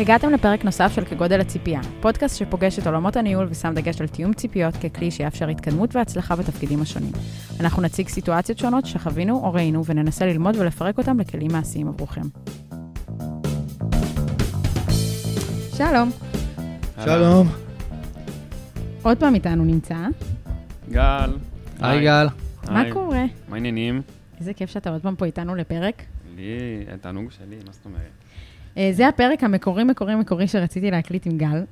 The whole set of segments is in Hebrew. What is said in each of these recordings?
הגעתם לפרק נוסף של כגודל הציפייה, פודקאסט שפוגש את עולמות הניהול ושם דגש על תיאום ציפיות ככלי שיאפשר התקדמות והצלחה בתפקידים השונים. אנחנו נציג סיטואציות שונות שחווינו או ראינו וננסה ללמוד ולפרק אותם לכלים מעשיים עבורכם. שלום. שלום. עוד פעם איתנו נמצא. גל. היי גל. מה קורה? מה העניינים? איזה כיף שאתה עוד פעם פה איתנו לפרק. לי, התענוג שלי, מה זאת אומרת? זה הפרק המקורי שרציתי להקליט עם גל.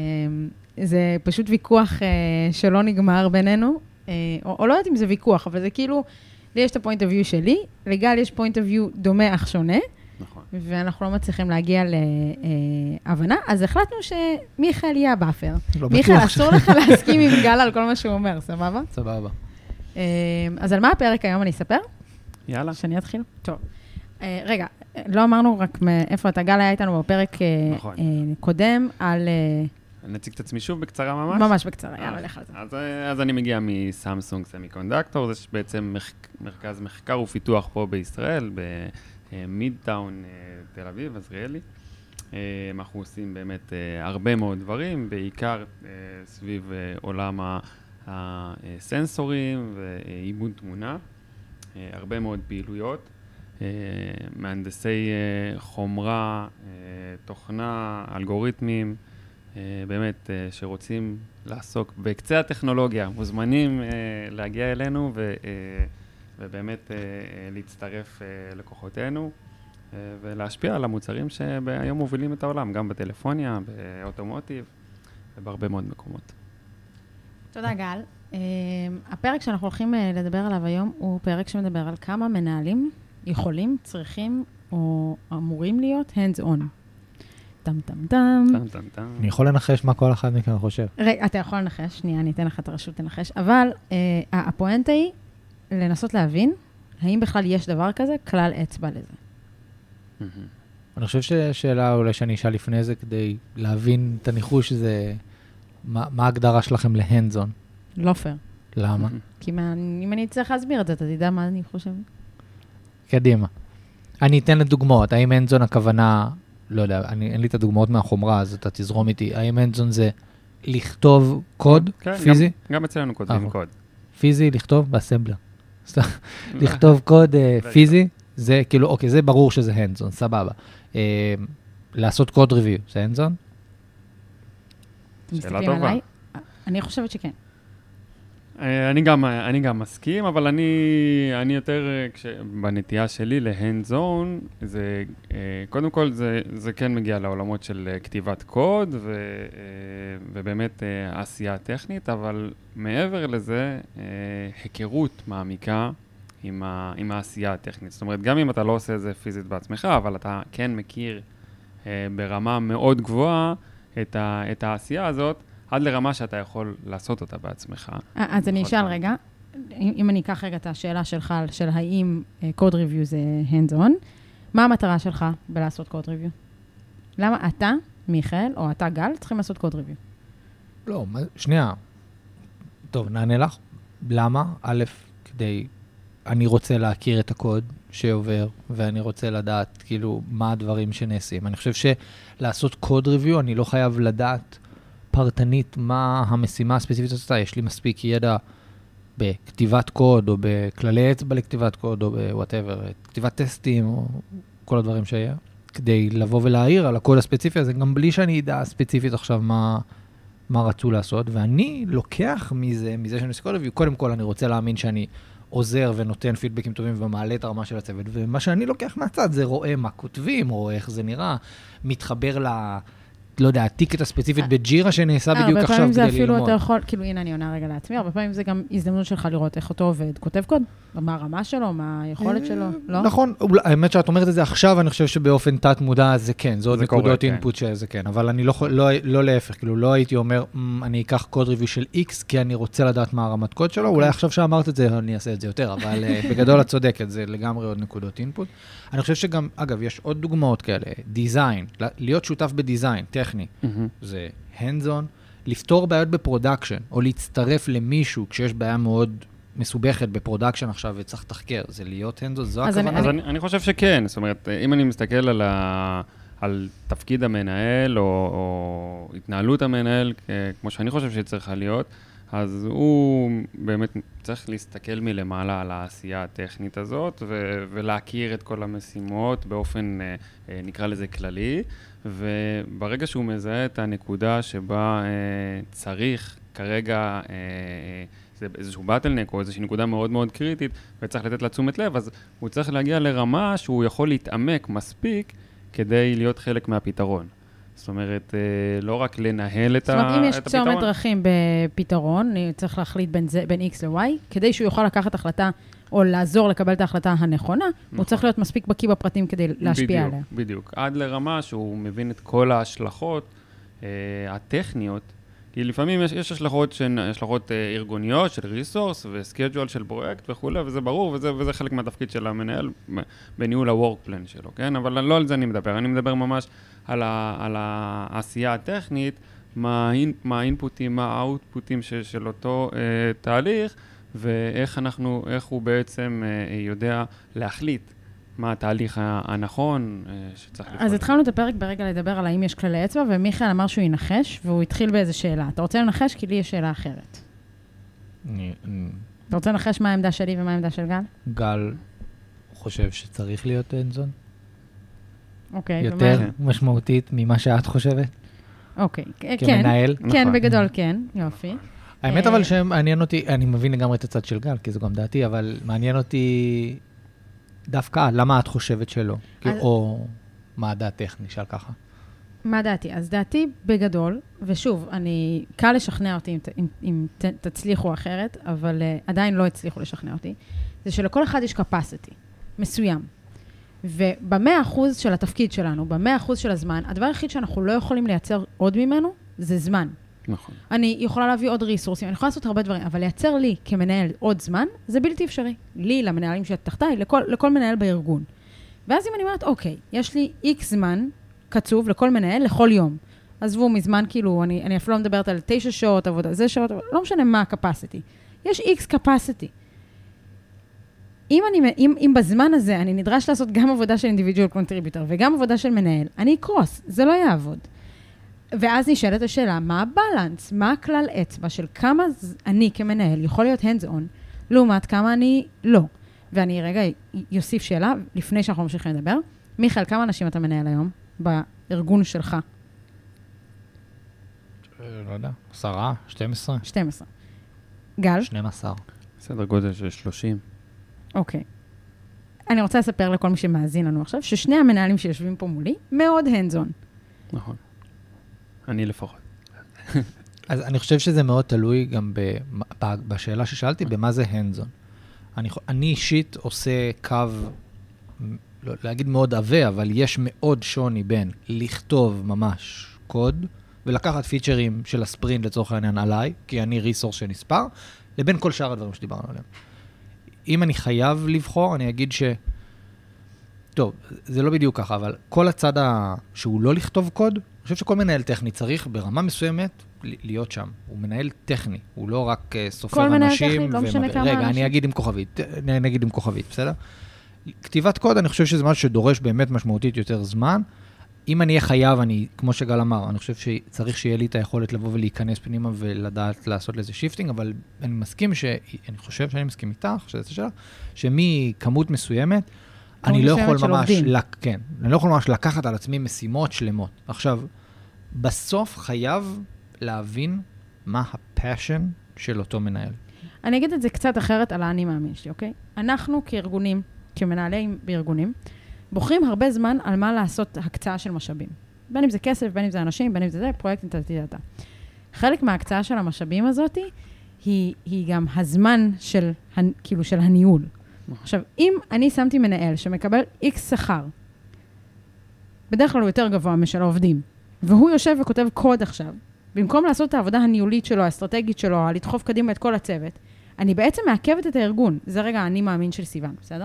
זה פשוט ויכוח שלא נגמר בינינו, או לא יודעת אם זה ויכוח, אבל זה כאילו, לי יש את הפוינט הוויו שלי, לגל יש פוינט הוויו דומה אך שונה, נכון. ואנחנו לא מצליחים להגיע להבנה, אז החלטנו שמיכאל יהיה הבאפר. מיכאל, אסור לך להסכים עם גל על כל מה שהוא אומר, סבבה? סבבה. אז על מה הפרק היום אני אספר? יאללה. שאני אתחיל? טוב. רגע, לא אמרנו רק מאיפה אתה, גל היה איתנו בפרק קודם על... נציג את עצמי שוב בקצרה ממש? ממש בקצרה, יאללה, לך על זה. אז אני מגיע מסמסונג סמיקונדקטור, זה בעצם מרכז מחקר ופיתוח פה בישראל, במידטאון תל אביב, עזריאלי. אנחנו עושים באמת הרבה מאוד דברים, בעיקר סביב עולם הסנסורים ועיבוד תמונה, הרבה מאוד פעילויות. מהנדסי חומרה, תוכנה, אלגוריתמים, באמת שרוצים לעסוק בקצה הטכנולוגיה, מוזמנים להגיע אלינו ובאמת להצטרף לכוחותינו ולהשפיע על המוצרים שהיום מובילים את העולם, גם בטלפוניה, באוטומוטיב ובהרבה מאוד מקומות. תודה גל. הפרק שאנחנו הולכים לדבר עליו היום הוא פרק שמדבר על כמה מנהלים יכולים, צריכים, או אמורים להיות hands on. טם טם טם. טם טם טם. אני יכול לנחש מה כל אחד מכם חושב. רגע, אתה יכול לנחש, שנייה, אני אתן לך את הרשות לנחש, אבל הפואנטה היא לנסות להבין, האם בכלל יש דבר כזה, כלל אצבע לזה. אני חושב ששאלה אולי שאני אשאל לפני זה, כדי להבין את הניחוש, זה מה ההגדרה שלכם ל-hands on? לא פייר. למה? כי אם אני צריך להסביר את זה, אתה תדע מה אני חושב. קדימה. אני אתן לדוגמאות. האם הנדזון הכוונה, לא יודע, אין לי את הדוגמאות מהחומרה, אז אתה תזרום איתי. האם הנדזון זה לכתוב קוד פיזי? גם אצלנו כותבים קוד. פיזי, לכתוב באסמבלר. לכתוב קוד פיזי, זה כאילו, אוקיי, זה ברור שזה הנדזון, סבבה. לעשות קוד ריוויו, זה הנדזון? שאלה טובה. אני חושבת שכן. אני גם מסכים, אבל אני יותר, בנטייה שלי ל-hands on, זה, קודם כל זה כן מגיע לעולמות של כתיבת קוד, ובאמת עשייה טכנית, אבל מעבר לזה, היכרות מעמיקה עם העשייה הטכנית. זאת אומרת, גם אם אתה לא עושה את זה פיזית בעצמך, אבל אתה כן מכיר ברמה מאוד גבוהה את העשייה הזאת, עד לרמה שאתה יכול לעשות אותה בעצמך. אז אני אשאל רגע, אם אני אקח רגע את השאלה שלך, של האם code review זה hands on, מה המטרה שלך בלעשות code review? למה אתה, מיכאל, או אתה, גל, צריכים לעשות code review? לא, שנייה. טוב, נענה לך. למה? א', כדי, אני רוצה להכיר את הקוד שעובר, ואני רוצה לדעת, כאילו, מה הדברים שנעשים. אני חושב שלעשות code review, אני לא חייב לדעת פרטנית מה המשימה הספציפית הזאת. יש לי מספיק ידע בכתיבת קוד, או בכללי אצבע לכתיבת קוד, או ב-whatever, כתיבת טסטים, או כל הדברים שהיה, כדי לבוא ולהעיר על הקוד הספציפי הזה, גם בלי שאני ידע ספציפית עכשיו מה רצו לעשות, ואני לוקח מזה שאני עושה קוד review, קודם כל אני רוצה להאמין שאני עוזר ונותן פידבקים טובים ומעלה את הרמה של הצוות, ומה שאני לוקח מהצד זה רואה מה כותבים, רואה איך זה נראה, מתחבר לא יודע, הטיקט הספציפית בג'ירה שנעשה בדיוק עכשיו כדי ללמוד. הרבה פעמים זה אפילו אתה יכול, כאילו הנה אני עונה רגע לעצמי, הרבה פעמים זה גם הזדמנות שלך לראות איך אותו עובד, כותב קוד, מה הרמה שלו, מה היכולת שלו, לא? נכון, האמת שאת אומרת את זה עכשיו, אני חושב שבאופן תת מודע זה כן, זה עוד נקודות אינפוט שזה כן, אבל אני לא להפך, כאילו לא הייתי אומר, אני אקח קוד ריוויו של X, כי אני רוצה לדעת מה הרמת קוד שלו, אולי עכשיו שאמרת את זה, אני אעשה את זה יותר, אבל בגדול את צודקת, זה לגמרי עוד נקודות אינפוט. אני חושב שגם, אגב, יש עוד דוגמאות כאלה, דיזיין, להיות שותף בדיזיין, טכני, זה hands on, לפתור בעיות בפרודקשן, או להצטרף למישהו כשיש בעיה מאוד מסובכת בפרודקשן עכשיו וצריך תחקר, זה להיות hands on, זו הכוונה? אז אני חושב שכן, זאת אומרת, אם אני מסתכל על תפקיד המנהל או התנהלות המנהל, כמו שאני חושב שצריכה להיות, אז הוא באמת צריך להסתכל מלמעלה על העשייה הטכנית הזאת, ולהכיר את כל המשימות באופן, נקרא לזה כללי, וברגע שהוא מזהה את הנקודה שבה צריך כרגע זה איזשהו בטלנק או איזושהי נקודה מאוד מאוד קריטית, וצריך לתת לה תשומת לב, אז הוא צריך להגיע לרמה שהוא יכול להתעמק מספיק כדי להיות חלק מהפתרון. זאת אומרת, לא רק לנהל את הפתרון. זאת אומרת, אם יש צומת דרכים בפתרון, צריך להחליט בין X ל-Y, כדי שהוא יוכל לקחת החלטה, או לעזור לקבל את ההחלטה הנכונה, הוא צריך להיות מספיק בקיא בפרטים כדי להשפיע עליה. בדיוק. עד לרמה שהוא מבין את כל ההשלכות הטכניות, כי לפעמים יש השלכות שהן השלכות ארגוניות של ריסורס וסקייג'ואל של פרויקט וכו', וזה ברור, וזה חלק מהתפקיד של המנהל בניהול ה-work plan שלו, כן? אבל לא על זה אני מדבר. אני מדבר ממש על העשייה הטכנית, מה האינפוטים, מה האוטפוטים של אותו תהליך, ואיך הוא בעצם יודע להחליט מה התהליך הנכון שצריך לפעול. אז התחלנו את הפרק ברגע לדבר על האם יש כללי אצבע, ומיכאל אמר שהוא ינחש, והוא התחיל באיזו שאלה. אתה רוצה לנחש? כי לי יש שאלה אחרת. אתה רוצה לנחש מה העמדה שלי ומה העמדה של גל? גל חושב שצריך להיות הנדזון. אוקיי. יותר משמעותית ממה שאת חושבת? אוקיי. כמנהל? כן, בגדול כן. יופי. האמת אבל שמעניין אותי, אני מבין לגמרי את הצד של גל, כי זו גם דעתי, אבל מעניין אותי דווקא, למה את חושבת שלא? או מה דעתך, נשאל ככה. מה דעתי? אז דעתי בגדול, ושוב, קל לשכנע אותי אם תצליחו אחרת, אבל עדיין לא הצליחו לשכנע אותי, זה שלכל אחד יש capacity מסוים. וב100% של התפקיד שלנו, ב100% של הזמן, הדבר היחיד שאנחנו לא יכולים לייצר עוד ממנו, זה זמן. נכון. אני יכולה להביא עוד ריסורסים, אני יכולה לעשות הרבה דברים, אבל לייצר לי כמנהל עוד זמן, זה בלתי אפשרי. לי, למנהלים שתחתיי, לכל מנהל בארגון. ואז אם אני אומרת, אוקיי, יש לי X זמן קצוב לכל מנהל, לכל יום. עזבו מזמן, כאילו, אני אפילו לא מדברת על 9 שעות עבודה, זה שעות, לא משנה מה ה-capacity. יש X capacity. אם בזמן הזה אני נדרש לעשות גם עבודה של individual contributor וגם עבודה של מנהל, אני אקרוס, זה לא יעבוד. ואז נשאלת השאלה, מה הבלנס? מה הכלל אצבע של כמה אני כמנהל יכול להיות hands on, לעומת כמה אני לא? ואני רגע יוסיף שאלה, לפני שאנחנו ממשיכים לדבר. מיכאל, כמה אנשים אתה מנהל היום בארגון שלך? לא יודע, 10, 12? 12. גל? 12. סדר גודל של 30. אוקיי. אני רוצה לספר לכל מי שמאזין לנו עכשיו, ששני המנהלים שיושבים פה מולי, מאוד hands on. נכון. אני לפחות. אז אני חושב שזה מאוד תלוי גם בשאלה ששאלתי, במה זה hands-on. אני אישית עושה קו, לא להגיד מאוד עווה, אבל יש מאוד שוני בין לכתוב ממש קוד, ולקחת פיצ'רים של הספרינט לצורך העניין עליי, כי אני ריסורס שנספר, לבין כל שאר הדברים שדיברנו עליהם. אם אני חייב לבחור, אני אגיד טוב, זה לא בדיוק ככה, אבל כל הצד שהוא לא לכתוב קוד, אני חושב שכל מנהל טכני צריך ברמה מסוימת להיות שם. הוא מנהל טכני, הוא לא רק סופר אנשים. כל מנהל טכני, לא משנה כמה אנשים. רגע, אני אגיד עם כוכבית, בסדר? כתיבת קוד, אני חושב שזה משהו שדורש באמת משמעותית יותר זמן. אם אני אהיה חייב, כמו שגל אמר, אני חושב שצריך שיהיה לי את היכולת לבוא ולהיכנס פנימה ולדעת לעשות לזה שיפטינג, אבל אני מסכים אני חושב שאני מסכים איתך, שמכמות מסוימת, אני לא יכול ממש לקחת על עצמי משימות שלמות. עכשיו, בסוף חייב להבין מה הפאשן של אותו מנהל. אני אגיד את זה קצת אחרת על האני מאמין שלי, אוקיי? אנחנו כארגונים, כמנהלים בארגונים, בוחרים הרבה זמן על מה לעשות הקצאה של משאבים. בין אם זה כסף, בין אם זה אנשים, בין אם זה פרויקט אינטרנטי. חלק מההקצאה של המשאבים הזאת היא גם הזמן של הניהול. עכשיו, אם אני שמתי מנהל שמקבל X שכר, בדרך כלל הוא יותר גבוה משל העובדים, והוא יושב וכותב קוד עכשיו, במקום לעשות את העבודה הניהולית שלו, האסטרטגית שלו, לדחוף קדימה את כל הצוות, אני בעצם מעכבת את הארגון. זה רגע אני מאמין של סיוון, בסדר?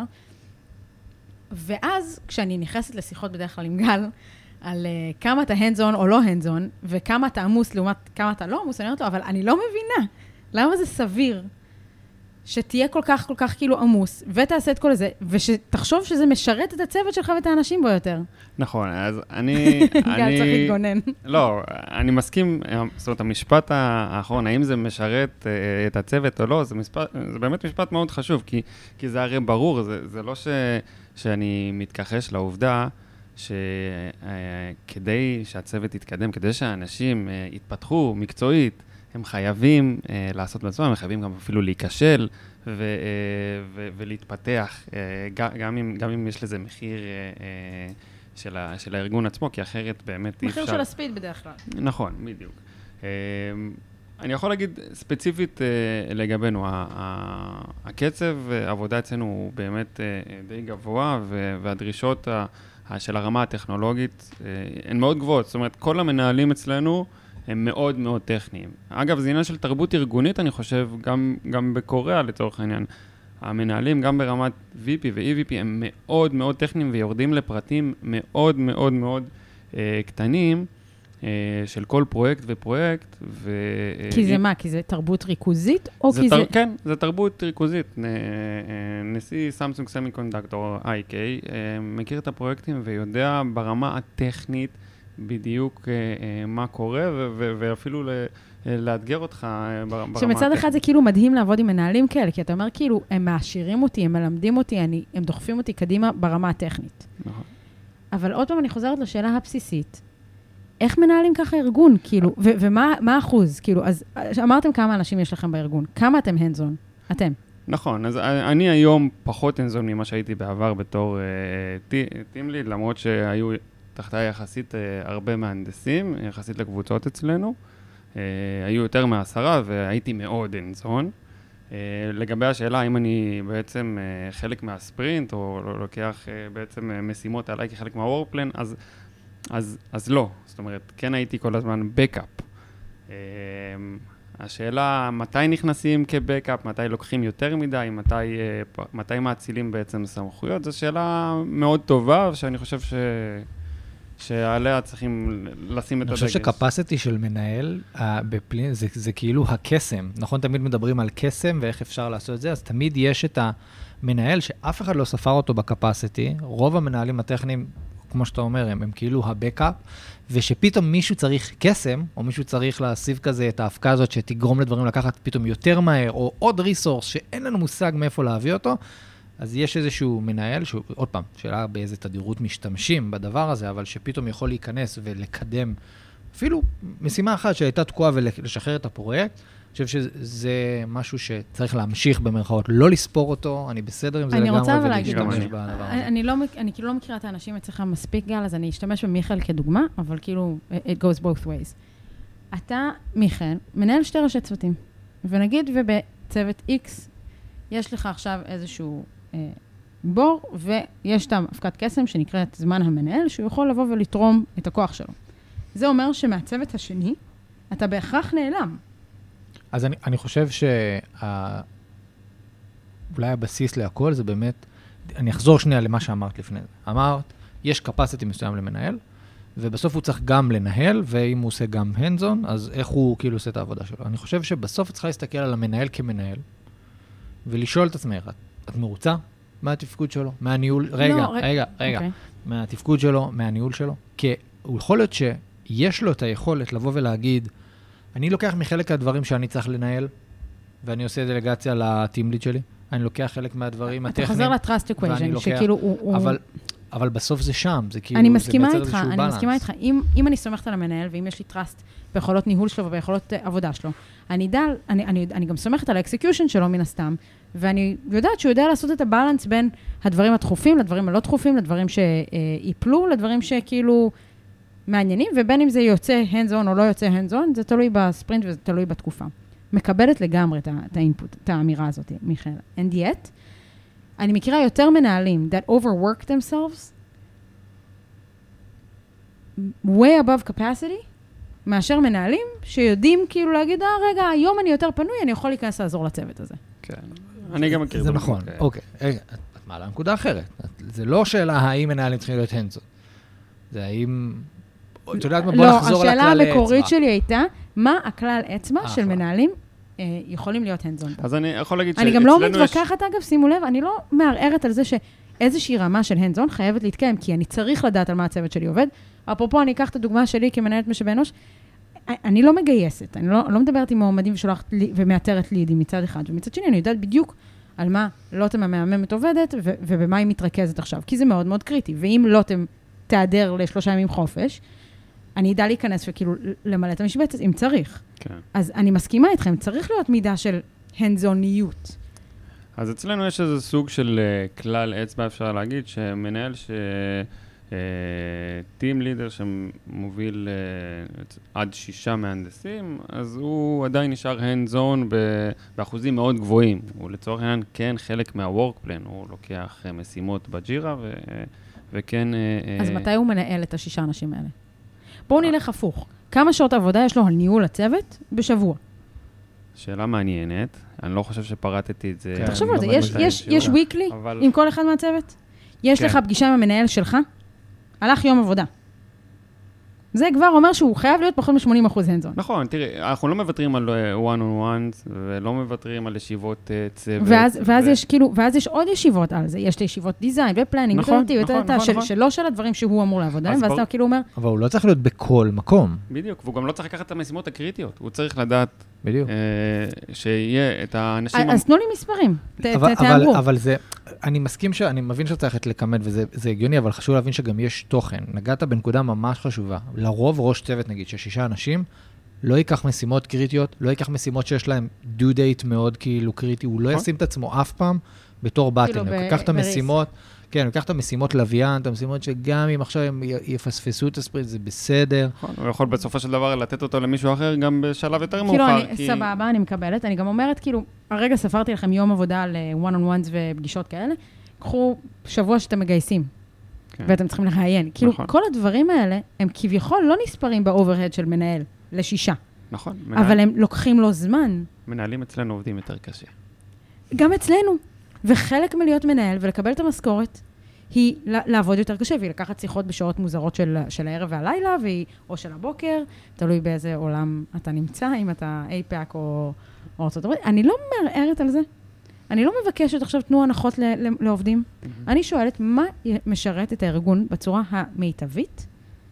ואז, כשאני נכנסת לשיחות בדרך כלל עם גל, על כמה אתה hands-on או לא hands-on, וכמה אתה עמוס לעומת כמה אתה לא עמוס, אני אומרת לו, אבל אני לא מבינה, למה זה סביר שתהיה כל כך כאילו עמוס, ותעשה את כל זה, ושתחשוב שזה משרת את הצוות שלך ואת האנשים בו יותר. נכון, אז אני... גל, צריך להתגונן. לא, אני מסכים, זאת אומרת, המשפט האחרון, האם זה משרת את הצוות או לא, זה באמת משפט מאוד חשוב, כי זה הרי ברור, זה לא שאני מתכחש לעובדה, שכדי שהצוות יתקדם, כדי שהאנשים יתפתחו מקצועית, הם חייבים לעשות בעצמם, הם חייבים גם אפילו להיכשל ולהתפתח, גם אם יש לזה מחיר של הארגון עצמו, כי אחרת באמת אי אפשר... מחיר של הספיד בדרך כלל. נכון, בדיוק. אני יכול להגיד ספציפית לגבינו, הקצב עבודה אצלנו הוא באמת די גבוה, והדרישות של הרמה הטכנולוגית הן מאוד גבוהות. זאת אומרת, כל המנהלים אצלנו הם מאוד מאוד טכניים. אגב, זה עניין של תרבות ארגונית, אני חושב, גם בקוריאה לצורך העניין. המנהלים, גם ברמת VP ו-EVP, הם מאוד מאוד טכניים ויורדים לפרטים מאוד מאוד מאוד קטנים של כל פרויקט ופרויקט. כי זה מה? כי זה תרבות ריכוזית? או כי זה... כן, זה תרבות ריכוזית. נשיא סמסונג סמיקונדקטור, IK, מכיר את הפרויקטים ויודע ברמה הטכנית בדיוק מה קורה, ואפילו לאתגר אותך ברמה הטכנית. שמצד אחד זה כאילו מדהים לעבוד עם מנהלים כאלה, כי אתה אומר כאילו, הם מעשירים אותי, הם מלמדים אותי, הם דוחפים אותי קדימה ברמה הטכנית. נכון. אבל עוד פעם אני חוזרת לשאלה הבסיסית. איך מנהלים ככה ארגון, כאילו, ומה האחוז? כאילו, אז אמרתם כמה אנשים יש לכם בארגון. כמה אתם הנדזון? אתם. נכון, אז אני היום פחות הנדזון ממה שהייתי בעבר בתור טים ליד, למרות שהיו תחתיי יחסית הרבה מהנדסים, יחסית לקבוצות אצלנו. היו יותר מ10 והייתי מאוד הנדזון. לגבי השאלה, אם אני בעצם חלק מהספרינט, או לוקח בעצם משימות עליי כחלק מהוורפלן, אז לא. זאת אומרת, כן הייתי כל הזמן בקאפ. השאלה, מתי נכנסים כבקאפ, מתי לוקחים יותר מדי, מתי מאצילים בעצם סמכויות, זו שאלה מאוד טובה, שאני חושב שעליה צריכים לשים את הדגש. אני חושב שקפסיטי של מנהל בפלין, זה כאילו הקסם. נכון, תמיד מדברים על קסם ואיך אפשר לעשות את זה, אז תמיד יש את המנהל שאף אחד לא ספר אותו בקפסיטי, רוב המנהלים הטכניים, כמו שאתה אומר, הם כאילו הבקאפ, ושפתאום מישהו צריך קסם, או מישהו צריך להסיב כזה את ההפקה הזאת שתגרום לדברים לקחת פתאום יותר מהר, או עוד ריסורס שאין לנו מושג מאיפה להביא אותו, אז יש איזשהו מנהל, שהוא, עוד פעם, שאלה באיזה תדירות משתמשים בדבר הזה, אבל שפתאום יכול להיכנס ולקדם אפילו משימה אחת שהייתה תקועה ולשחרר את הפרויקט. אני חושב שזה משהו שצריך להמשיך במרכאות, לא לספור אותו, אני בסדר עם זה לגמרי ולהשתמש בדבר הזה. אני כאילו לא מכירה את האנשים אצלך מספיק גל, אז אני אשתמש במיכאל כדוגמה, אבל כאילו, it goes both ways. אתה, מיכאל, מנהל 2 ראשי צוותים, ונגיד ובצוות X, יש לך עכשיו איזשהו בור, ויש את הפקת קסם שנקראת זמן המנהל, שהוא יכול לבוא ולתרום את הכוח שלו. זה אומר שמהצוות השני, אתה בהכרח נעלם. אז אני חושב אולי הבסיס להכל זה באמת, אני אחזור שנייה למה שאמרת לפני זה. אמרת, יש capacity מסוים למנהל, ובסוף הוא צריך גם לנהל, ואם הוא עושה גם hands-on, אז איך הוא כאילו עושה את העבודה שלו. אני חושב שבסוף צריכה להסתכל על המנהל כמנהל, ולשאול את עצמך, את מרוצה מהתפקוד שלו? מהניהול? רגע. מהתפקוד שלו, מהניהול שלו? כי הוא יכול להיות שיש לו את היכולת לבוא ולהגיד, אני לוקח מחלק הדברים שאני צריך לנהל, ואני עושה דלגציה לטים ליד שלי. אני לוקח חלק מהדברים הטכניים. אתה חוזר לטראסט אקווייז'ן, שכאילו הוא... אבל בסוף זה שם, זה כאילו... אני מסכימה איתך. אם אני סומכת על המנהל, ואם יש לי טראסט ביכולות ניהול שלו וביכולות עבודה שלו, אני גם סומכת על האקסקיושן שלו מן הסתם, ואני יודעת שהוא יודע לעשות את הבאלנס בין הדברים הדחופים, לדברים הלא דחופים, לדברים שיפלו, לדברים שכאילו מעניינים, ובין אם זה יוצא hands-on או לא יוצא hands-on, זה תלוי בספרינט וזה תלוי בתקופה. מקבלת לגמרי את האינפוט, את האמירה הזאת, מיכאל. And yet, אני מכירה יותר מנהלים that overwork themselves way above capacity, מאשר מנהלים שיודעים כאילו להגיד, רגע, היום אני יותר פנוי, אני יכול להיכנס לעזור לצוות הזה. כן, אני גם מכיר. זה נכון, אוקיי. את מעלה נקודה אחרת. זה לא שאלה האם מנהלים צריכים להיות hands-on. זה האם... את יודעת מה? בוא נחזור על הכלל אצבע. לא, השאלה המקורית שלי הייתה, מה הכלל אצבע של מנהלים יכולים להיות hands-on. אז אני יכול להגיד אני גם לא מתווכחת, אגב, שימו לב, אני לא מערערת על זה שאיזושהי רמה של hands-on חייבת להתקיים, כי אני צריך לדעת על מה הצוות שלי עובד. אפרופו, אני אקח את הדוגמה שלי כמנהלת משאבי אנוש, אני לא מגייסת, אני לא מדברת עם מועמדים ומאתרת לידים מצד אחד, ומצד שני אני יודעת בדיוק על מה לוטם המאממת עובדת, ובמה היא מתרכזת עכשיו, כי זה מאוד מאוד קריטי, ואם לוטם תעדר ל3 ימים חופש, אני אדע להיכנס וכאילו למלא את המשבצת, אם צריך. כן. אז אני מסכימה איתכם, צריך להיות מידה של hands-onיות. אז אצלנו יש איזה סוג של כלל אצבע, אפשר להגיד, שמנהל טים לידר שמוביל עד 6 מהנדסים, אז הוא עדיין נשאר hands-on באחוזים מאוד גבוהים. הוא לצורך העניין כן חלק מה-work plan, הוא לוקח משימות בג'ירה וכן... אז מתי הוא מנהל את 6 אנשים האלה? בואו נלך הפוך. כמה שעות עבודה יש לו על ניהול הצוות בשבוע? שאלה מעניינת. אני לא חושב שפרטתי את זה. תחשוב על זה, יש weekly עם כל אחד מהצוות? יש לך פגישה עם המנהל שלך? הלך יום עבודה. זה כבר אומר שהוא חייב להיות פחות מ-80% hands-on. נכון, תראי, אנחנו לא מוותרים על one-on-ones, ולא מוותרים על ישיבות צוות. ואז יש עוד ישיבות על זה. יש את ישיבות דיזיין ופלנינג, שלא של הדברים שהוא אמור לעבוד עליהם, ואז אתה כאילו אומר... אבל הוא לא צריך להיות בכל מקום. בדיוק, והוא גם לא צריך לקחת את המשימות הקריטיות. הוא צריך לדעת שיהיה את האנשים... אז תנו לי מספרים, תאמרו. אבל זה... אני מסכים אני מבין שצריך לכמת, וזה הגיוני, אבל חשוב להבין שגם יש תוכן. נגעת בנקודה ממש חשובה. לרוב ראש צוות, נגיד, ש6 אנשים, לא ייקח משימות קריטיות, לא ייקח משימות שיש להם due date מאוד כאילו קריטי, הוא לא ישים את עצמו אף פעם בתור בטן. הוא ייקח את המשימות, כן, הוא ייקח את המשימות לוויין, את המשימות שגם אם עכשיו הם יפספסו את הספריט, זה בסדר. הוא יכול בסופו של דבר לתת אותו למישהו אחר, גם בשלב יותר מאוחר. סבבה, אני מקבלת. אני גם אומרת, כאילו, הרגע ספרתי לכם יום עבודה על one-on-ones ופגישות כאלה, קחו שבוע שאתם מגייסים, ואתם צריכים להעיין. כאילו, כל הדברים האלה, הם כביכול לא נספרים באוברהד של מנהל, ל6. נכון. אבל הם לוקחים לו זמן. מנהלים אצלנו עובדים יותר קשה. גם אצלנו. וחלק מלהיות מנהל ולקבל את המשכורת, היא לעבוד יותר קשה, והיא לקחת שיחות בשעות מוזרות של הערב והלילה, או של הבוקר, תלוי באיזה עולם אתה נמצא, אם אתה אייפאק או ארצות הברית. אני לא מערערת על זה. אני לא מבקשת עכשיו תנו הנחות לעובדים. אני שואלת, מה משרת את הארגון בצורה המיטבית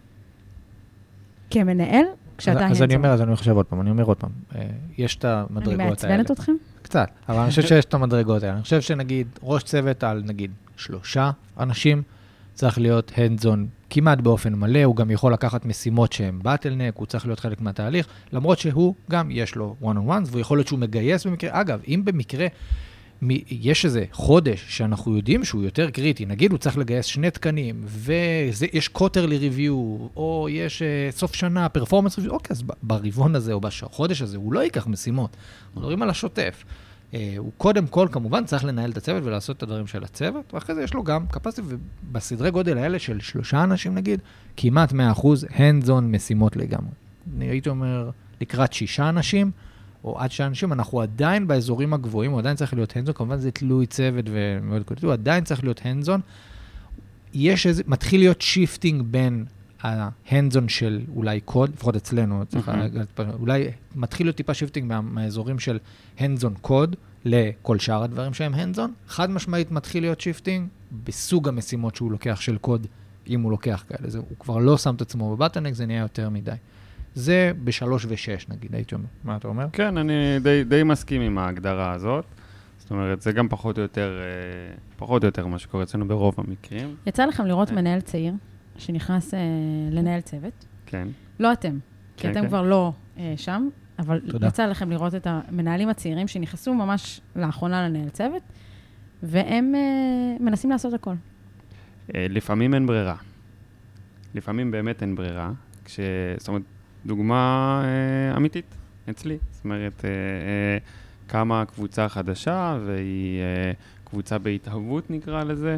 כמנהל כשאתה אז אני חושב עוד פעם, אני אומר עוד פעם, יש את המדרגות האלה. אני מעצבנת אתכם? קצת, אבל אני חושב שיש את המדרגות האלה. אני חושב שנגיד, ראש צוות על נגיד 3 אנשים, צריך להיות hands-on כמעט באופן מלא, הוא גם יכול לקחת משימות שהן בטלנק, הוא צריך להיות חלק מהתהליך, למרות שהוא גם יש לו one-on-ones, והוא יכול להיות שהוא מגייס במקרה. אגב, אם במקרה יש איזה חודש שאנחנו יודעים שהוא יותר קריטי, נגיד הוא צריך לגייס 2 תקנים, ויש quarterly review, או יש סוף שנה, performance review, אוקיי, אז ברבעון הזה או בחודש הזה, הוא לא ייקח משימות. אנחנו מדברים על השוטף. הוא קודם כל, כמובן, צריך לנהל את הצוות ולעשות את הדברים של הצוות, ואחרי זה יש לו גם capacity, ובסדרי גודל האלה של 3 אנשים נגיד, כמעט 100% hands-on משימות לגמרי. אני הייתי אומר, לקראת 6 אנשים, או עד 6 אנשים, אנחנו עדיין באזורים הגבוהים, הוא עדיין צריך להיות hands-on, כמובן זה תלוי צוות ומאוד קודם, הוא עדיין צריך להיות hands-on. מתחיל להיות שיפטינג בין ה-hands-on של אולי קוד, לפחות אצלנו, אולי מתחיל להיות טיפה שיפטינג מהאזורים של hands-on קוד, לכל שאר הדברים שהם hands-on. חד משמעית מתחיל להיות שיפטינג בסוג המשימות שהוא לוקח של קוד, אם הוא לוקח כאלה. הוא כבר לא שם את עצמו בבטנק, זה נהיה יותר מדי. זה ב3 ו6 נגיד, הייתי אומר. מה אתה אומר? כן, אני די מסכים עם ההגדרה הזאת. זאת אומרת, זה גם פחות או יותר מה שקורה אצלנו ברוב המקרים. יצא לכם לראות מנהל צעיר שנכנס לנהל צוות? כן. לא אתם, כי אתם כבר לא שם, אבל יצא לכם לראות את המנהלים הצעירים שנכנסו ממש לאחרונה לנהל צוות, והם מנסים לעשות הכל. לפעמים אין ברירה. לפעמים באמת אין ברירה. זאת אומרת, דוגמה אמיתית אצלי. זאת אומרת, קמה קבוצה חדשה, והיא קבוצה בהתהוות נקרא לזה,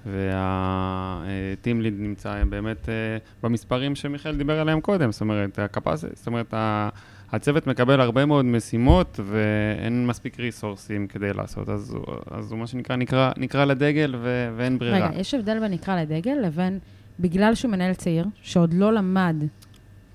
והטים ליד נמצא באמת במספרים שמיכאל דיבר עליהם קודם. זאת אומרת, הצוות מקבל הרבה מאוד משימות, ואין מספיק ריסורסים כדי לעשות. אז הוא מה שנקרא, נקרא לדגל ואין ברירה. רגע, יש הבדל בין נקרא לדגל לבין, בגלל שהוא מנהל צעיר, שעוד לא למד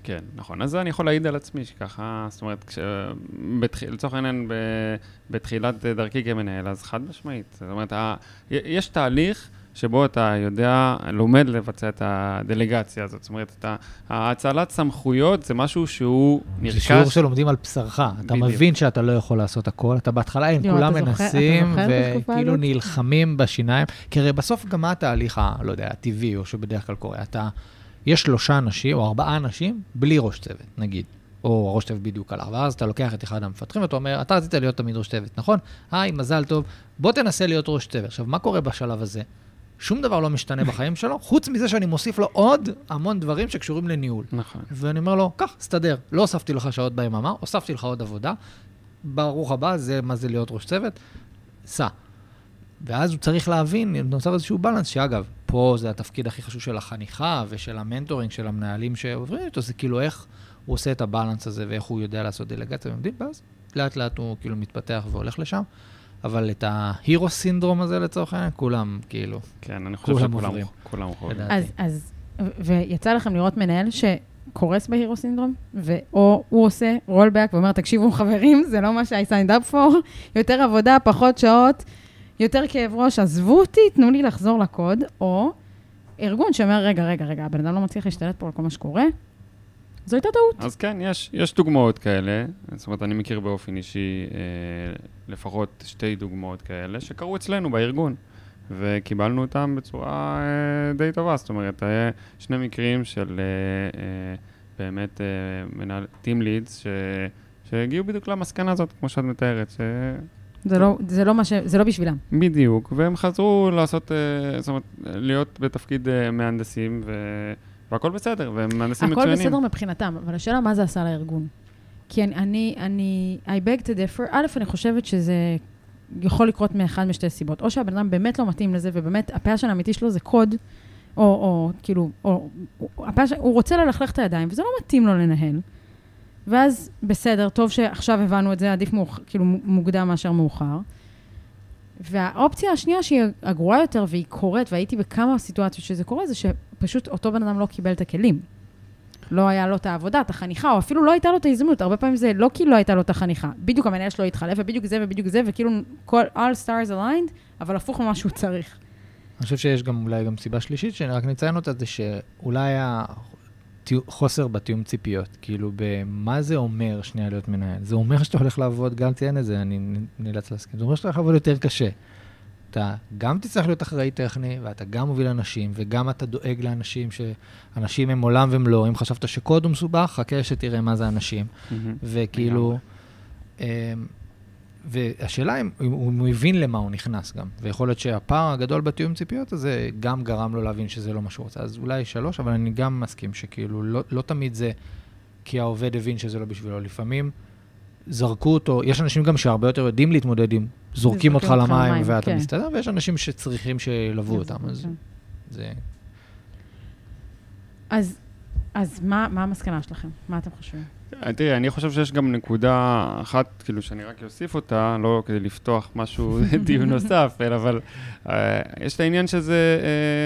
כן, נכון. אז אני יכול להעיד על עצמי שככה, זאת אומרת, לצורך העניין בתחילת דרכי כמנהל, אז חד משמעית. זאת אומרת, יש תהליך שבו אתה יודע, לומד לבצע את הדלגציה הזאת. זאת אומרת, ההצלת סמכויות זה משהו שהוא נרכש. זה שיעור שלומדים על בשרך. אתה מבין שאתה לא יכול לעשות הכל. אתה בהתחלה, הם כולם מנסים וכאילו נלחמים בשיניים. כי הרי בסוף גם מה התהליך, לא יודע, הטבעי, או שבדרך כלל קורה. יש 3 אנשים או 4 אנשים בלי ראש צוות, נגיד. או ראש צוות בדיוק עליו. ואז אתה לוקח את אחד המפתחים ואתה אומר, אתה רצית להיות תמיד ראש צוות, נכון? היי, מזל טוב. בוא תנסה להיות ראש צוות. עכשיו, מה קורה בשלב הזה? שום דבר לא משתנה בחיים שלו, חוץ מזה שאני מוסיף לו עוד המון דברים שקשורים לניהול. נכון. ואני אומר לו, כך, סתדר. לא הוספתי לך שעות ביממה, הוספתי לך עוד עבודה. ברוך הבא, זה מה זה להיות ראש צוות. סע. ואז הוא צריך להבין, נוצר איזשהו בלנס, שאגב, פה זה התפקיד הכי חשוב של החניכה ושל המנטורינג של המנהלים שעוברים איתו, זה כאילו איך הוא עושה את הבלנס הזה ואיך הוא יודע לעשות דלגציה ומדיד, ואז לאט לאט הוא כאילו מתפתח והולך לשם. אבל את ההירו סינדרום הזה לצורך העניין, כולם כאילו, כן, אני חושב שכולם עוברים. אז, ויצא לכם לראות מנהל שקורס בהירו סינדרום, או הוא עושה רולבק ואומר, תקשיבו חברים, זה לא מה I signed up for, יותר עבודה, פחות שעות, יותר כאב ראש, עזבו אותי, תנו לי לחזור לקוד, או ארגון שאומר, רגע, הבן אדם לא מצליח להשתלט פה על כל מה שקורה, זו הייתה טעות. אז כן, יש דוגמאות כאלה, זאת אומרת, אני מכיר באופן אישי לפחות 2 דוגמאות כאלה, שקרו אצלנו בארגון, וקיבלנו אותם בצורה די טובה, זאת אומרת, היה 2 מקרים של באמת טים לידס, שהגיעו בדיוק למסקנה הזאת, כמו שאת מתארת, זה לא בשבילם. בדיוק, והם חזרו לעשות, זאת אומרת, להיות בתפקיד מהנדסים, והכל בסדר, והם מהנדסים מצוינים. הכל בסדר מבחינתם, אבל השאלה מה זה עשה לארגון. כי I beg to differ, א', אני חושבת שזה יכול לקרות מאחד משתי סיבות. או שהבן אדם באמת לא מתאים לזה, ובאמת הפאשן האמיתי שלו זה קוד, או כאילו, הוא רוצה ללכלך את הידיים, וזה לא מתאים לו לנהל. ואז בסדר, טוב שעכשיו הבנו את זה, עדיף כאילו מוקדם מאשר מאוחר. והאופציה השנייה שהיא הגרועה יותר והיא קורית, והייתי בכמה סיטואציות שזה קורה, זה שפשוט אותו בן אדם לא קיבל את הכלים. לא היה לו את העבודה, את החניכה, או אפילו לא הייתה לו את ההזדמנות. הרבה פעמים זה לא כי לא הייתה לו את החניכה. בדיוק המנהל שלו התחלף, ובדיוק זה, וכאילו all stars aligned, אבל הפוך ממה שהוא צריך. אני חושב שיש גם אולי גם סיבה שלישית, שאני רק נציין אותה, זה שאולי היה חוסר בתיאום ציפיות. כאילו, במה זה אומר שנייה להיות מנהל? זה אומר שאתה הולך לעבוד, גם ציין את זה, אני נאלץ להסכים. זה אומר שאתה הולך לעבוד יותר קשה. אתה גם תצטרך להיות אחראי טכני, ואתה גם מוביל אנשים, וגם אתה דואג לאנשים, שאנשים הם עולם ומלוא. אם חשבת שקוד הוא מסובך, חכה שתראה מה זה אנשים. וכאילו, והשאלה אם הוא מבין למה הוא נכנס גם. ויכול להיות שהפער הגדול בתיאום ציפיות הזה, גם גרם לו להבין שזה לא מה שהוא רוצה. אז אולי 3, אבל אני גם מסכים שכאילו, לא תמיד זה כי העובד הבין שזה לא בשבילו. לפעמים זרקו אותו, יש אנשים גם שהרבה יותר יודעים להתמודד עם, זורקים אותך למים ואתה מסתדר, ויש אנשים שצריכים שילוו אותם, אז זה... אז מה המסקנה שלכם? מה אתם חושבים? תראי, אני חושב שיש גם נקודה אחת, כאילו שאני רק אוסיף אותה, לא כדי לפתוח משהו דיון נוסף, אבל יש את העניין שזה,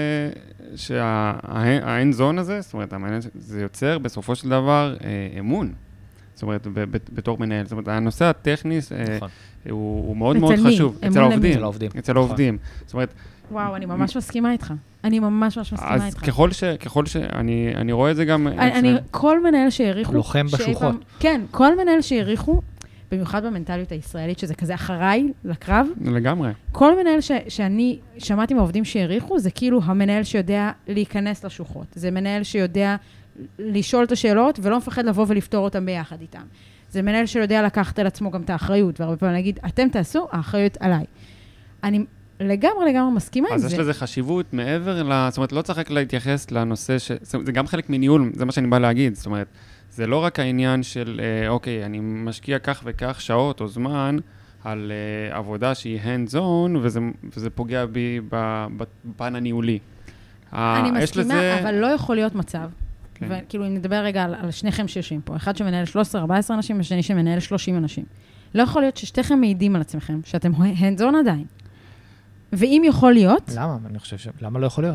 שהאין זון הזה, זאת אומרת, זה יוצר בסופו של דבר אמון. זאת אומרת, בתור מנהל. זאת אומרת, הנושא הטכני הוא מאוד מאוד חשוב. אצל העובדים. זאת אומרת... וואו, אני ממש מסכימה איתך. אני ממש מסכימה איתך. אז ככל שאני רואה את זה גם... כל מנהל שהעריכו... לוחם בשוחות. כן, כל מנהל שהעריכו, במיוחד במנטליות הישראלית, שזה כזה אחריי לקרב. לגמרי. כל מנהל שאני שמעתי מהעובדים שהעריכו, זה כאילו המנהל שיודע להיכנס לשוחות. זה מנהל שיודע לשאול את השאלות, ולא מפחד לבוא ולפתור אותם ביחד איתם. זה מנהל שיודע לקחת על עצמו גם את האחריות, והרבה פעמים להגיד, אתם תעשו, האחריות עליי. אני לגמרי מסכימה עם זה. אז יש לזה חשיבות מעבר זאת אומרת, לא צריך רק להתייחס לנושא זה גם חלק מניהול, זה מה שאני בא להגיד. זאת אומרת, זה לא רק העניין של, אוקיי, אני משקיע כך וכך שעות או זמן על עבודה שהיא hands-on, וזה פוגע בי בפן הניהולי. אני מסכימה, אבל לא יכול להיות מצב. וכאילו, אם נדבר רגע על שניכם שיושבים פה, אחד שמנהל 13-14 אנשים, ושני שמנהל 30 אנשים. לא יכול להיות ששתיכם מעידים על עצמכם, שאתם hands-on עדיין. ואם יכול להיות... למה? אני חושב למה לא יכול להיות?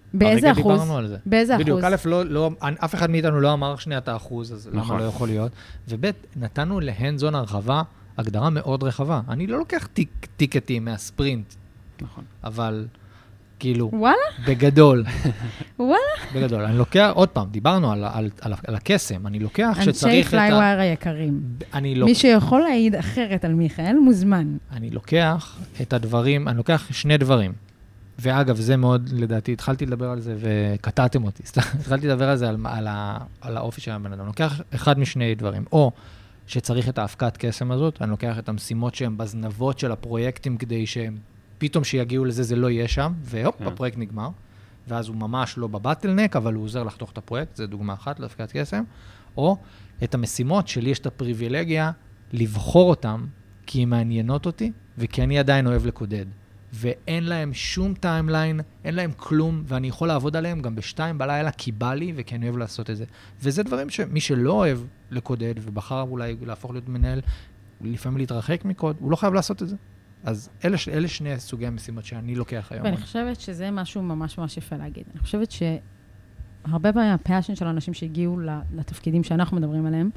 באיזה אחוז? דיברנו על זה. באיזה אחוז? בדיוק, אף אחד מאיתנו לא אמר שנייה את האחוז, אז למה לא יכול להיות? וב' נתנו להנדזון הרחבה, הגדרה מאוד רחבה. אני לא לוקח טיקטים מהספרינט. נכון. אבל כאילו, וואלה? בגדול. וואלה? בגדול. אני לוקח, עוד פעם, דיברנו על הקסם, אני לוקח שצריך את אנשי פלייווייר היקרים. מי שיכול להעיד אחרת על מיכאל, מוזמן. אני לוקח את הדברים, אני לוקח שני דברים. ואגב, זה מאוד, לדעתי, התחלתי לדבר על זה וקטעתם אותי. התחלתי לדבר על זה, על האופי של הבן אדם. אני לוקח אחד משני דברים. או שצריך את ההפקת קסם הזאת, אני לוקח את המשימות שהן בזנבות של הפרויקטים, כדי שהם פתאום שיגיעו לזה, זה לא יהיה שם, והופ, הפרויקט נגמר. ואז הוא ממש לא בבטלנק, אבל הוא עוזר לחתוך את הפרויקט, זו דוגמה אחת להפקת קסם. או את המשימות שלי יש את הפריבילגיה לבחור אותם, כי הן מעניינות אותי, וכי אני עדיין אוהב לקודד. ואין להם שום טיימליין, אין להם כלום, ואני יכול לעבוד עליהם גם ב2 בלילה, כי בא לי, וכי אני אוהב לעשות את זה. וזה דברים שמי שלא אוהב לקודד, ובחר אולי להפוך להיות מנהל, לפעמים להתרחק מקוד, הוא לא חייב לעשות את זה. אז אלה שני סוגי המשימות שאני לוקח היום. ואני חושבת שזה משהו ממש ממש יפה להגיד. אני חושבת שהרבה פעמים הפאשן של האנשים שהגיעו לתפקידים שאנחנו מדברים עליהם,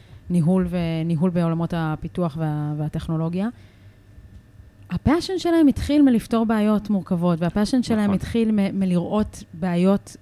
ניהול בעולמות הפיתוח והטכנולוגיה, הפאשן שלהם התחיל מלפתור בעיות מורכבות, והפאשן שלהם התחיל מלראות בעיות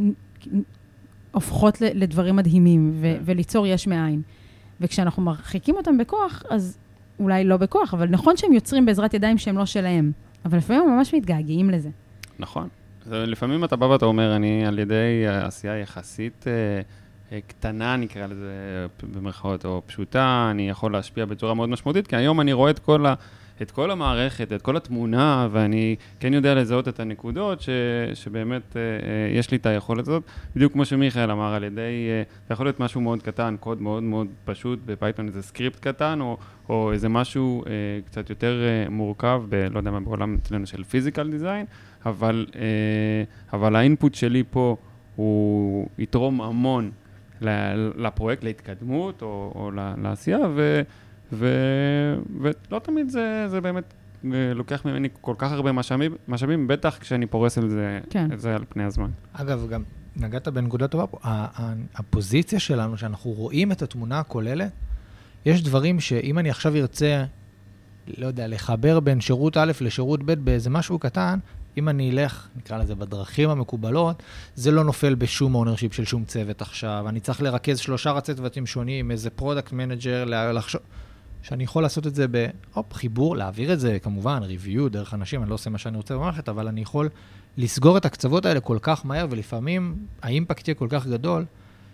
הופכות לדברים מדהימים, וליצור יש מאין. וכשאנחנו מרחיקים אותם בכוח, אז אולי לא בכוח, אבל נכון שהם יוצרים בעזרת ידיים שהם לא שלהם, אבל לפעמים הם ממש מתגעגעים לזה. נכון. לפעמים אתה בא ואתה אומר, אני על ידי עשייה יחסית קטנה, נקרא לזה במרכאות, או פשוטה, אני יכול להשפיע בצורה מאוד משמעותית, כי היום אני רואה את כל המערכת, את כל התמונה, ואני כן יודע לזהות את הנקודות שבאמת יש לי את היכולת הזאת. בדיוק כמו שמיכאל אמר, על ידי, זה יכול להיות משהו מאוד קטן, קוד מאוד מאוד פשוט, בפייתון איזה סקריפט קטן, או איזה משהו קצת יותר מורכב, לא יודע מה, בעולם אצלנו של פיזיקל דיזיין, אבל האינפוט שלי פה הוא יתרום המון לפרויקט, להתקדמות או לעשייה, ולא תמיד זה באמת לוקח ממני כל כך הרבה משאבים, בטח כשאני פורס את זה על פני הזמן. אגב, גם נגעת בנקודה טובה פה, הפוזיציה שלנו, שאנחנו רואים את התמונה הכוללת, יש דברים שאם אני עכשיו ארצה, לא יודע, לחבר בין שירות א' לשירות ב' באיזה משהו קטן, אם אני אלך, נקרא לזה, בדרכים המקובלות, זה לא נופל בשום אונרשיפ של שום צוות עכשיו. אני צריך לרכז 3 רצי צוותים שונים, איזה פרודקט מנג'ר, לחשוב, שאני יכול לעשות את זה חיבור, להעביר את זה, כמובן, ריוויו, דרך אנשים, אני לא עושה מה שאני רוצה במערכת, אבל אני יכול לסגור את הקצוות האלה כל כך מהר, ולפעמים האימפקט יהיה כל כך גדול,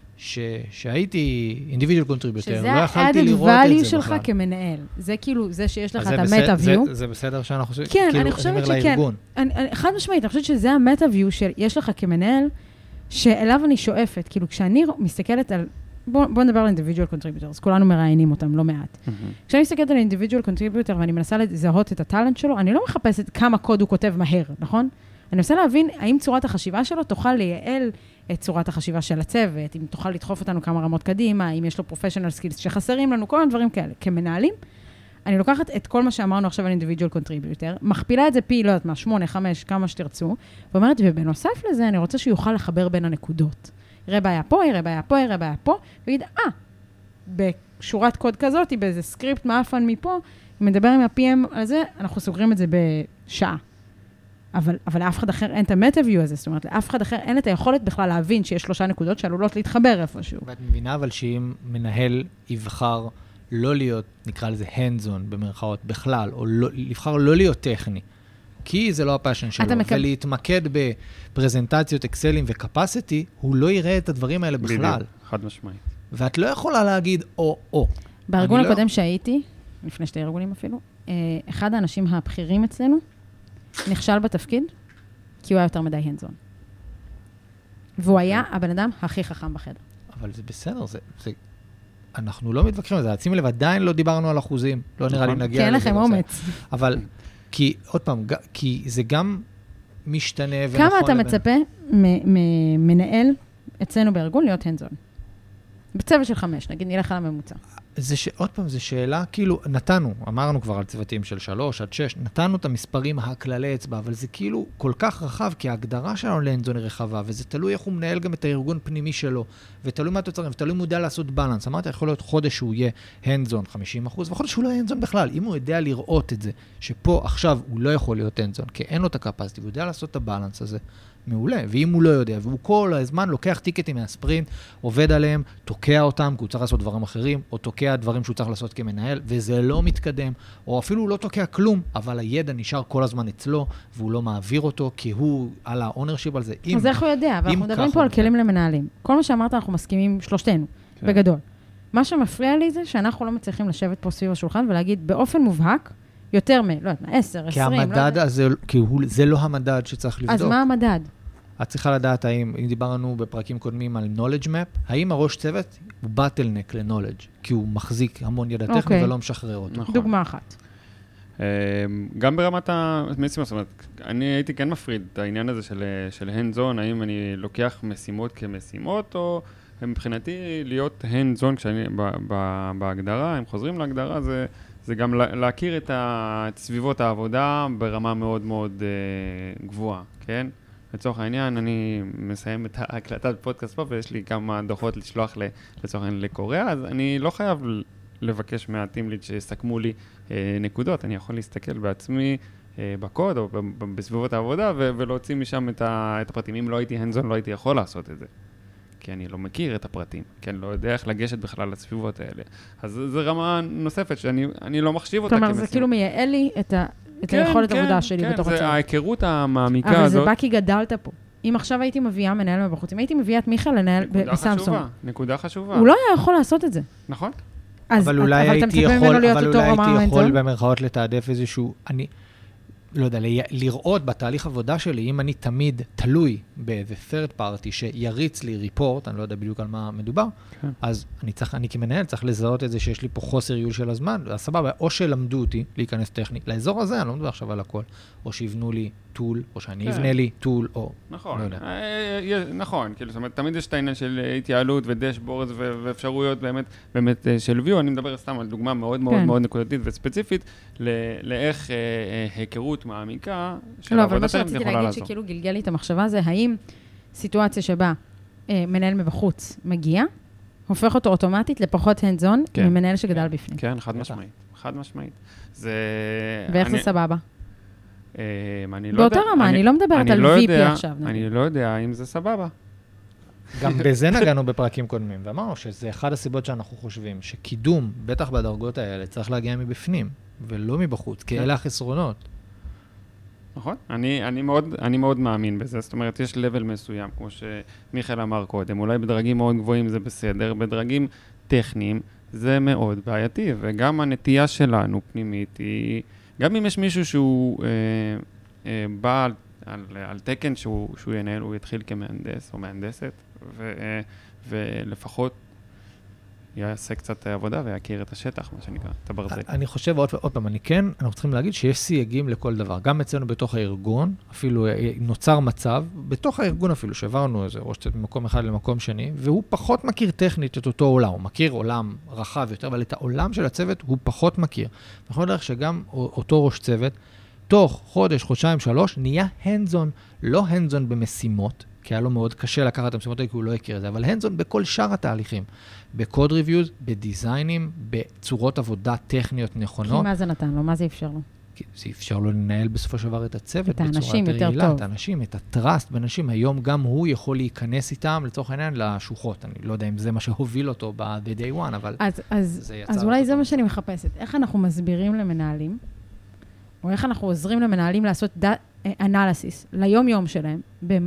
שהייתי individual contributor, לא יכלתי לראות את זה שזה ה-added value שלך כמנהל. זה כאילו, זה שיש לך את המטה-view. זה בסדר שאנחנו עושים, כן, אני חושבת שכן. חד משמעית, אני חושבת שזה המטה-view שיש לך כמנהל, שאליו אני שואפת. כאילו, כשאני מסתכלת על, בוא נדבר על individual contributors, כולנו מראיינים אותם, לא מעט. כשאני מסתכלת על individual contributor, ואני מנסה לזהות את הטלנט שלו, אני לא מחפשת כמה קוד הוא כותב מהר, נכון? אני מנסה להבין האם צורת החשיבה שלו תוכל לייעל את צורת החשיבה של הצוות, אם תוכל לדחוף אותנו כמה רמות קדימה, אם יש לו professional skills שחסרים לנו, כל הדברים כאלה. כמנהלים, אני לוקחת את כל מה שאמרנו עכשיו על individual contributor, מכפילה את זה פי, לא יודעת מה, 8, 5, כמה שתרצו, ואומרת, ובנוסף לזה, אני רוצה שיוכל לחבר בין הנקודות. יראה בעיה פה, יראה בעיה פה, יראה בעיה פה, ויגיד, בשורת קוד כזאת, באיזה סקריפט מאפן מפה, אם מדבר עם ה-PM על זה, אנחנו סוגרים את זה בשעה. אבל לאף אחד אחר אין את המטה-ויו הזה, זאת אומרת, לאף אחד אחר אין את היכולת בכלל להבין שיש 3 נקודות שעלולות להתחבר איפשהו. ואת מבינה אבל שאם מנהל יבחר לא להיות, נקרא לזה hands-on במרכאות בכלל, או לבחר לא להיות טכני, כי זה לא הפאשן שלו, ולהתמקד בפרזנטציות, אקסלים וקפסיטי, הוא לא יראה את הדברים האלה בכלל. בדיוק, חד משמעית. ואת לא יכולה להגיד או. בארגון הקודם שהייתי, לפני 2 ארגונים אפילו, אחד האנשים הבכירים אצלנו, נכשל בתפקיד, כי הוא היה יותר מדי hands-on. והוא היה הבן אדם הכי חכם בחדר. אבל זה בסדר, אנחנו לא מתווכחים על זה, שימי לב, עדיין לא דיברנו על אחוזים, לא נראה לי נגיע לזה. כן לכם אומץ. אבל, כי, עוד פעם, כי זה גם משתנה ונכון. כמה אתה מצפה ממנהל אצלנו בארגון להיות hands-on? בצבע של 5, נגיד, נלך על הממוצע. עוד פעם, זו שאלה, כאילו, אמרנו כבר על צוותים של 3 עד 6, נתנו את המספרים הכללי אצבע, אבל זה כאילו כל כך רחב, כי ההגדרה שלנו להנדזון היא רחבה, וזה תלוי איך הוא מנהל גם את הארגון פנימי שלו, ותלוי מה התוצרים, ותלוי אם הוא יודע לעשות בלנס. אמרתי, יכול להיות חודש שהוא יהיה הנדזון 50%, וחודש שהוא לא יהיה הנדזון בכלל. אם הוא יודע לראות את זה, שפה עכשיו הוא לא יכול להיות הנדזון, כי אין לו את הקפסיטי, והוא יודע לעשות את הבלנס הזה, מעולה. ואם הוא לא יודע, והוא כל הזמן לוקח טיקטים מהספרינט, עובד עליהם, תוקע אותם, כי הוא צריך לעשות דברים אחרים, או תוקע דברים שהוא צריך לעשות כמנהל, וזה לא מתקדם, או אפילו הוא לא תוקע כלום, אבל הידע נשאר כל הזמן אצלו, והוא לא מעביר אותו, כי הוא על האונרשיפ על זה. אז איך הוא יודע? אבל אנחנו מדברים פה על כלים למנהלים. כל מה שאמרת, אנחנו מסכימים שלושתנו, בגדול. מה שמפריע לי זה שאנחנו לא מצליחים לשבת פה סביב השולחן ולהגיד באופן מובהק, יותר לא יודעת, 10, 20. כי המדד הזה, כי זה לא המדד שצריך לבדוק. אז מה המדד? את צריכה לדעת האם, אם דיברנו בפרקים קודמים על knowledge map, האם הראש צוות הוא bottleneck ל-knowledge, כי הוא מחזיק המון ידע טכני ולא משחרר אותו. נכון. דוגמה אחת. גם ברמת המשימות, זאת אומרת, אני הייתי כן מפריד את העניין הזה של hands-on, האם אני לוקח משימות כמשימות, או מבחינתי להיות hands-on כשאני בהגדרה, אם חוזרים להגדרה, זה גם להכיר את סביבות העבודה ברמה מאוד מאוד גבוהה, כן? לצורך העניין, אני מסיים את ההקלטת פודקאסט פה, ויש לי כמה דוחות לשלוח לצורך העניין לקוריאה, אז אני לא חייב לבקש מהטימליד שיסכמו לי נקודות, אני יכול להסתכל בעצמי בקוד או בסביבות העבודה, ולהוציא משם את הפרטים. אם לא הייתי hands-on, לא הייתי יכול לעשות את זה. כי אני לא מכיר את הפרטים, כי אני לא יודע איך לגשת בכלל לסביבות האלה. אז זו רמה נוספת שאני לא מחשיב אותה כמשימה. זאת אומרת, זה כאילו מייעל לי את היכולת עבודה שלי בתוך הצוות. זה ההיכרות המעמיקה הזאת. אבל זה בא כי גדלת פה. אם עכשיו הייתי מביאה מנהל מבחוץ, אם הייתי מביאה את מיכאל לנהל בסמסונג. נקודה חשובה. הוא לא היה יכול לעשות את זה. נכון. אבל אולי הייתי יכול במרכאות לתעדף איזשהו, אני לא יודע, לראות בתהליך עבודה שלי, אם אני תמיד תלוי באיזה third party שיריץ לי ריפורט, אני לא יודע בדיוק על מה מדובר, אז אני כמנהל צריך לזהות את זה שיש לי פה חוסר ייעול של הזמן, סבבה, או שלמדו אותי להיכנס טכני, לאזור הזה אני לא מדבר עכשיו על הכל, או שיבנו לי טול, או שאני אבנה לי טול, או נכון, נכון, כאילו, זאת אומרת, תמיד יש את העניין של התייעלות ודשבורד ואפשרויות באמת של ויו, אני מדבר סתם על דוגמה מאוד מאוד מאוד נקודתית וספציפית, לאיך היכרות מעמיקה של העבודה יכולה לעזור. לא, אבל מה שרציתי להגיד שכאילו גלגל לי את המחשבה זה, האם סיטואציה שבה מנהל מבחוץ מגיע, הופך אותו אוטומטית לפחות hands-on ממנהל שגדל בפנים. כן, חד משמעית. חד משמעית. ואיך זה סבבה? באותה רמה, אני לא מדברת על VP עכשיו. אני לא יודע אם זה סבבה. גם בזה נגענו בפרקים קודמים, ואמרנו שזה אחד הסיבות שאנחנו חושבים, שקידום, בטח בדרגות האלה, צריך להגיע מבפנים, ולא מבחוץ, כי אלה החסרונות. נכון, אני מאוד מאמין בזה, זאת אומרת, יש לבל מסוים, כמו שמיכאל אמר קודם, אולי בדרגים מאוד גבוהים זה בסדר, בדרגים טכניים זה מאוד בעייתי, וגם הנטייה שלנו פנימית היא, גם אם יש מישהו שהוא בא על תקן שהוא ינהל, הוא יתחיל כמהנדס או מהנדסת, ולפחות יעשה קצת עבודה ויכיר את השטח, מה שנקרא, את הברזל. אני חושב עוד פעם, אנחנו צריכים להגיד שיש סייגים לכל דבר. גם אצלנו בתוך הארגון, אפילו נוצר מצב, בתוך הארגון אפילו, שעברנו איזה ראש צוות ממקום אחד למקום שני, והוא פחות מכיר טכנית את אותו עולם. הוא מכיר עולם רחב יותר, אבל את העולם של הצוות הוא פחות מכיר. יכול להיות שגם אותו ראש צוות, תוך חודש, חודשיים, 3, נהיה hands-on, לא hands-on במשימות, כי היה לו מאוד קשה לקחת את המשימות האלה, כי הוא לא הכיר את זה, אבל hands-on בכל שאר התהליכים, בקוד ריוויוז, בדיזיינים, בצורות עבודה טכניות נכונות. כי מה זה נתן לו? מה זה אפשר לו? זה אפשר לו לנהל בסופו של דבר את הצוות, בצורה יותר רעילה, את האנשים, את הטראסט באנשים. היום גם הוא יכול להיכנס איתם, לצורך העניין, לשוחות. אני לא יודע אם זה מה שהוביל אותו ב-day one, אבל זה יצר. אז אולי זה מה שאני מחפשת. איך אנחנו מסבירים למנהלים, או איך אנחנו עוזרים למנהלים לעשות אנליסיס ליום-יום שלהם,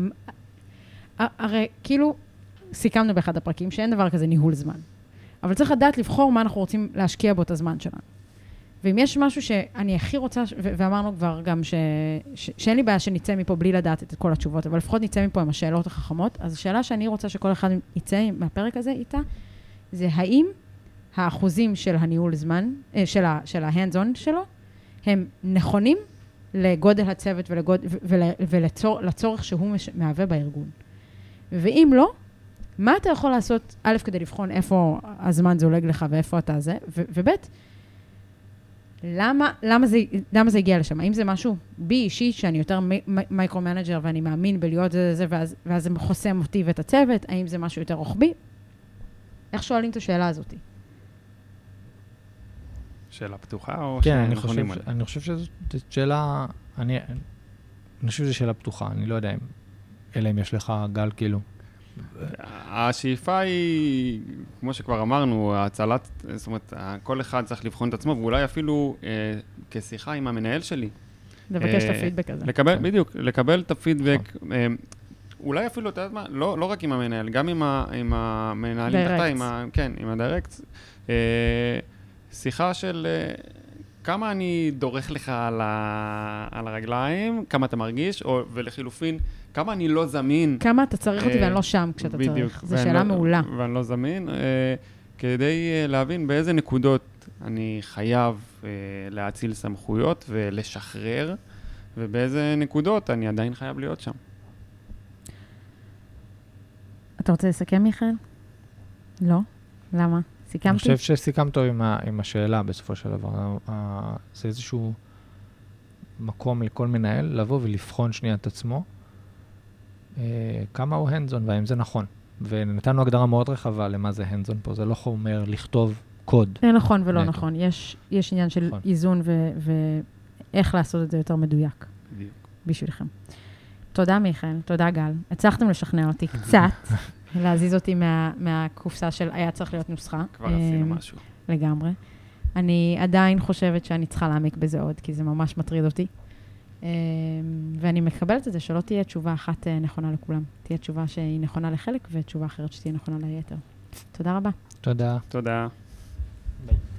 הרי כאילו סיכמנו באחד הפרקים שאין דבר כזה ניהול זמן, אבל צריך לדעת לבחור מה אנחנו רוצים להשקיע בו את הזמן שלנו. ואם יש משהו שאני הכי רוצה, ואמרנו כבר גם שאין לי בעיה שנצא מפה בלי לדעת את כל התשובות, אבל לפחות נצא מפה עם השאלות החכמות, אז השאלה שאני רוצה שכל אחד יצא מהפרק הזה איתה, זה האם האחוזים של הניהול זמן, של ההנדזון שלו, הם נכונים לגודל הצוות ולצורך שהוא מהווה בארגון. ואם לא, מה אתה יכול לעשות, א', כדי לבחון איפה הזמן זולג לך ואיפה אתה זה, וב', למה זה הגיע לשם? האם זה משהו בי אישי, שאני יותר מייקרו-מנג'ר ואני מאמין בלהיות זה, ואז זה חוסם אותי ואת הצוות? האם זה משהו יותר רוחבי? איך שואלים את השאלה הזאת? שאלה פתוחה או כן, אני חושב שזאת שאלה, אני חושב שזו שאלה פתוחה, אני לא יודע אלא אם יש לך גל כאילו. השאיפה היא, כמו שכבר אמרנו, ההצלת, זאת אומרת, כל אחד צריך לבחון את עצמו, ואולי אפילו כשיחה עם המנהל שלי. לבקש את הפידבק הזה. בדיוק, לקבל את הפידבק. אולי אפילו, אתה יודעת מה, לא רק עם המנהל, גם עם המנהלים תחתיי, כן, עם הדירקט. שיחה של כמה אני דורך לך על הרגליים, כמה אתה מרגיש, ולחילופין, כמה אני לא זמין. כמה אתה צריך אותי ואני לא שם כשאתה צריך. זו שאלה מעולה. ואני לא זמין, כדי להבין באיזה נקודות אני חייב להציל סמכויות ולשחרר, ובאיזה נקודות אני עדיין חייב להיות שם. אתה רוצה לסכם, מיכאל? לא? למה? סיכמתי? אני חושב שסיכמת עם השאלה בסופו של דבר. זה איזשהו מקום לכל מנהל לבוא ולבחון שנייה את עצמו, כמה הוא הנדזון והאם זה נכון. ונתנו הגדרה מאוד רחבה למה זה הנדזון פה. זה לא אומר לכתוב קוד. זה נכון ולא נכון. יש עניין של איזון ואיך לעשות את זה יותר מדויק. בשבילכם. תודה מיכאל, תודה גל. הצלחתם לשכנע אותי קצת, להזיז אותי מהקופסה של היה צריך להיות נוסחה. כבר עשינו משהו. לגמרי. אני עדיין חושבת שאני צריכה להעמיק בזה עוד, כי זה ממש מטריד אותי. ואני מקבלת את זה שלא תהיה תשובה אחת נכונה לכולם. תהיה תשובה שהיא נכונה לחלק, ותשובה אחרת שתהיה נכונה ליתר. תודה רבה. תודה. תודה. ביי.